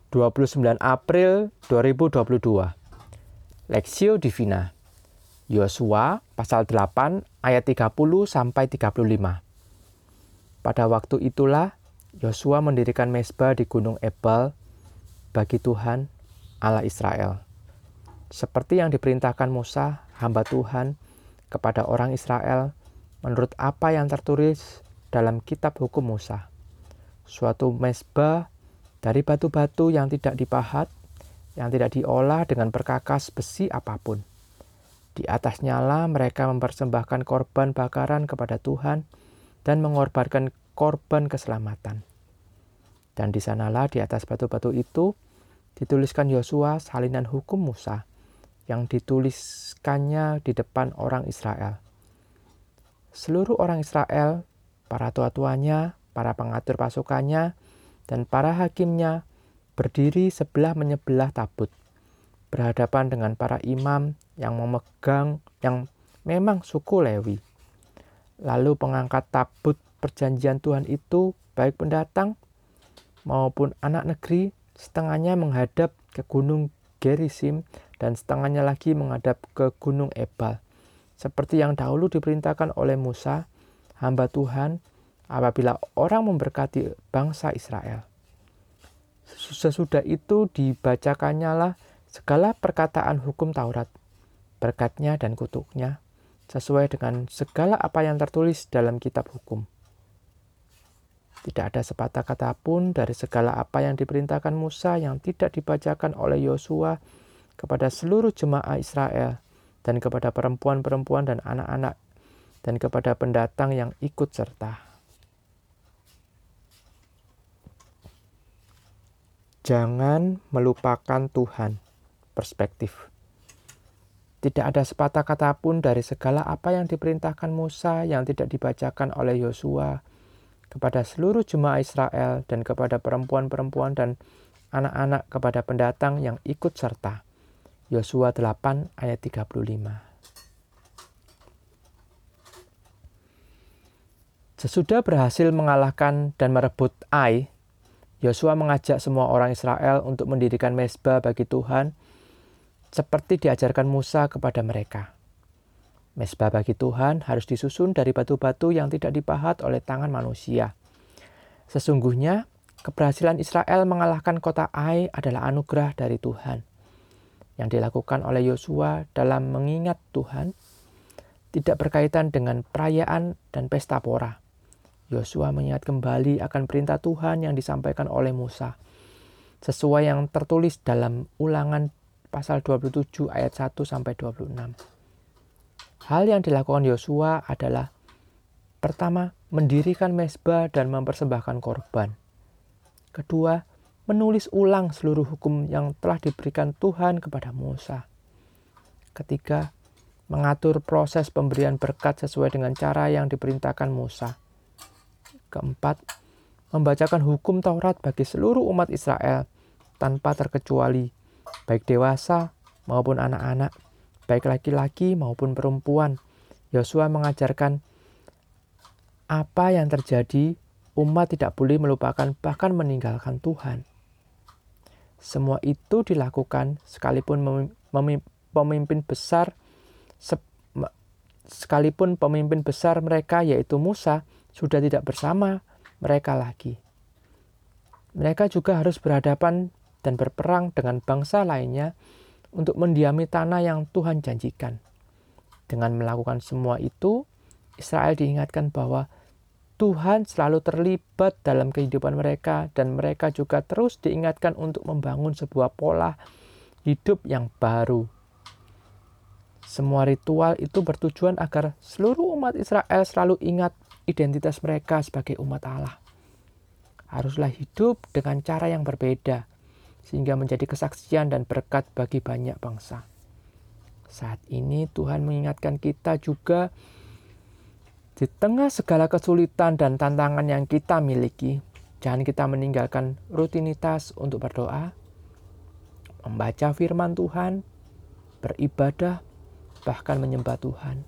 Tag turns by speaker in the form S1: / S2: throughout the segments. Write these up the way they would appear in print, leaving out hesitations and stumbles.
S1: 29 April 2022. Lexio Divina. Yosua pasal 8 ayat 30 sampai 35. Pada waktu itulah Yosua mendirikan mezbah di Gunung Ebal bagi Tuhan Allah Israel, seperti yang diperintahkan Musa, hamba Tuhan, kepada orang Israel menurut apa yang tertulis dalam kitab hukum Musa. Suatu mezbah dari batu-batu yang tidak dipahat, yang tidak diolah dengan perkakas besi apapun. Di atasnya lah mereka mempersembahkan korban bakaran kepada Tuhan dan mengorbankan korban keselamatan. Dan di sanalah di atas batu-batu itu dituliskan Yosua salinan hukum Musa yang dituliskannya di depan orang Israel. Seluruh orang Israel, para tua-tuanya, para pengatur pasukannya, dan para hakimnya berdiri sebelah menyebelah tabut, berhadapan dengan para imam yang memegang yang memang suku Lewi. Lalu pengangkat tabut perjanjian Tuhan itu, baik pendatang maupun anak negeri, setengahnya menghadap ke gunung Gerisim dan setengahnya lagi menghadap ke gunung Ebal, seperti yang dahulu diperintahkan oleh Musa, hamba Tuhan, apabila orang memberkati bangsa Israel. Sesudah itu dibacakannya lah segala perkataan hukum Taurat, berkatnya dan kutuknya, sesuai dengan segala apa yang tertulis dalam kitab hukum. Tidak ada sepatah kata pun dari segala apa yang diperintahkan Musa yang tidak dibacakan oleh Yosua kepada seluruh jemaah Israel dan kepada perempuan-perempuan dan anak-anak dan kepada pendatang yang ikut serta. Jangan melupakan Tuhan. Perspektif. Tidak ada sepatah kata pun dari segala apa yang diperintahkan Musa yang tidak dibacakan oleh Yosua kepada seluruh jemaah Israel dan kepada perempuan-perempuan dan anak-anak kepada pendatang yang ikut serta. Yosua 8 ayat 35. Sesudah berhasil mengalahkan dan merebut Ai, Yosua mengajak semua orang Israel untuk mendirikan mezbah bagi Tuhan seperti diajarkan Musa kepada mereka. Mezbah bagi Tuhan harus disusun dari batu-batu yang tidak dipahat oleh tangan manusia. Sesungguhnya, keberhasilan Israel mengalahkan kota Ai adalah anugerah dari Tuhan. Yang dilakukan oleh Yosua dalam mengingat Tuhan tidak berkaitan dengan perayaan dan pesta pora. Yosua mengingat kembali akan perintah Tuhan yang disampaikan oleh Musa, sesuai yang tertulis dalam Ulangan pasal 27 ayat 1-26. Hal yang dilakukan Yosua adalah pertama, mendirikan mezbah dan mempersembahkan korban. Kedua, menulis ulang seluruh hukum yang telah diberikan Tuhan kepada Musa. Ketiga, mengatur proses pemberian berkat sesuai dengan cara yang diperintahkan Musa. Keempat, membacakan hukum Taurat bagi seluruh umat Israel tanpa terkecuali, baik dewasa maupun anak-anak, baik laki-laki maupun perempuan. Yosua mengajarkan apa yang terjadi, umat tidak boleh melupakan bahkan meninggalkan Tuhan. Semua itu dilakukan sekalipun pemimpin besar mereka yaitu Musa sudah tidak bersama mereka lagi. Mereka juga harus berhadapan dan berperang dengan bangsa lainnya untuk mendiami tanah yang Tuhan janjikan. Dengan melakukan semua itu, Israel diingatkan bahwa Tuhan selalu terlibat dalam kehidupan mereka dan mereka juga terus diingatkan untuk membangun sebuah pola hidup yang baru. Semua ritual itu bertujuan agar seluruh umat Israel selalu ingat identitas mereka sebagai umat Allah. Haruslah hidup dengan cara yang berbeda, sehingga menjadi kesaksian dan berkat bagi banyak bangsa. Saat ini Tuhan mengingatkan kita juga di tengah segala kesulitan dan tantangan yang kita miliki, jangan kita meninggalkan rutinitas untuk berdoa, membaca firman Tuhan, beribadah, bahkan menyembah Tuhan.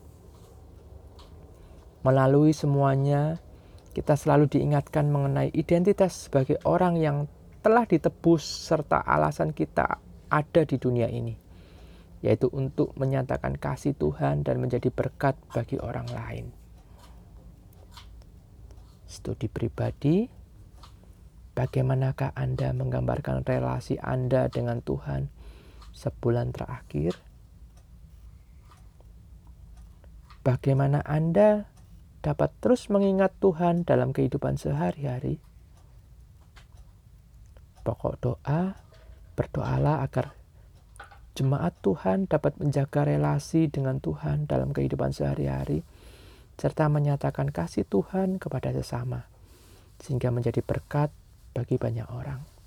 S1: Melalui semuanya, kita selalu diingatkan mengenai identitas sebagai orang yang telah ditebus serta alasan kita ada di dunia ini, yaitu untuk menyatakan kasih Tuhan dan menjadi berkat bagi orang lain. Studi pribadi, bagaimanakah Anda menggambarkan relasi Anda dengan Tuhan sebulan terakhir? Bagaimana Anda dapat terus mengingat Tuhan dalam kehidupan sehari-hari? Pokok doa, berdoalah agar jemaat Tuhan dapat menjaga relasi dengan Tuhan dalam kehidupan sehari-hari, serta menyatakan kasih Tuhan kepada sesama, sehingga menjadi berkat bagi banyak orang.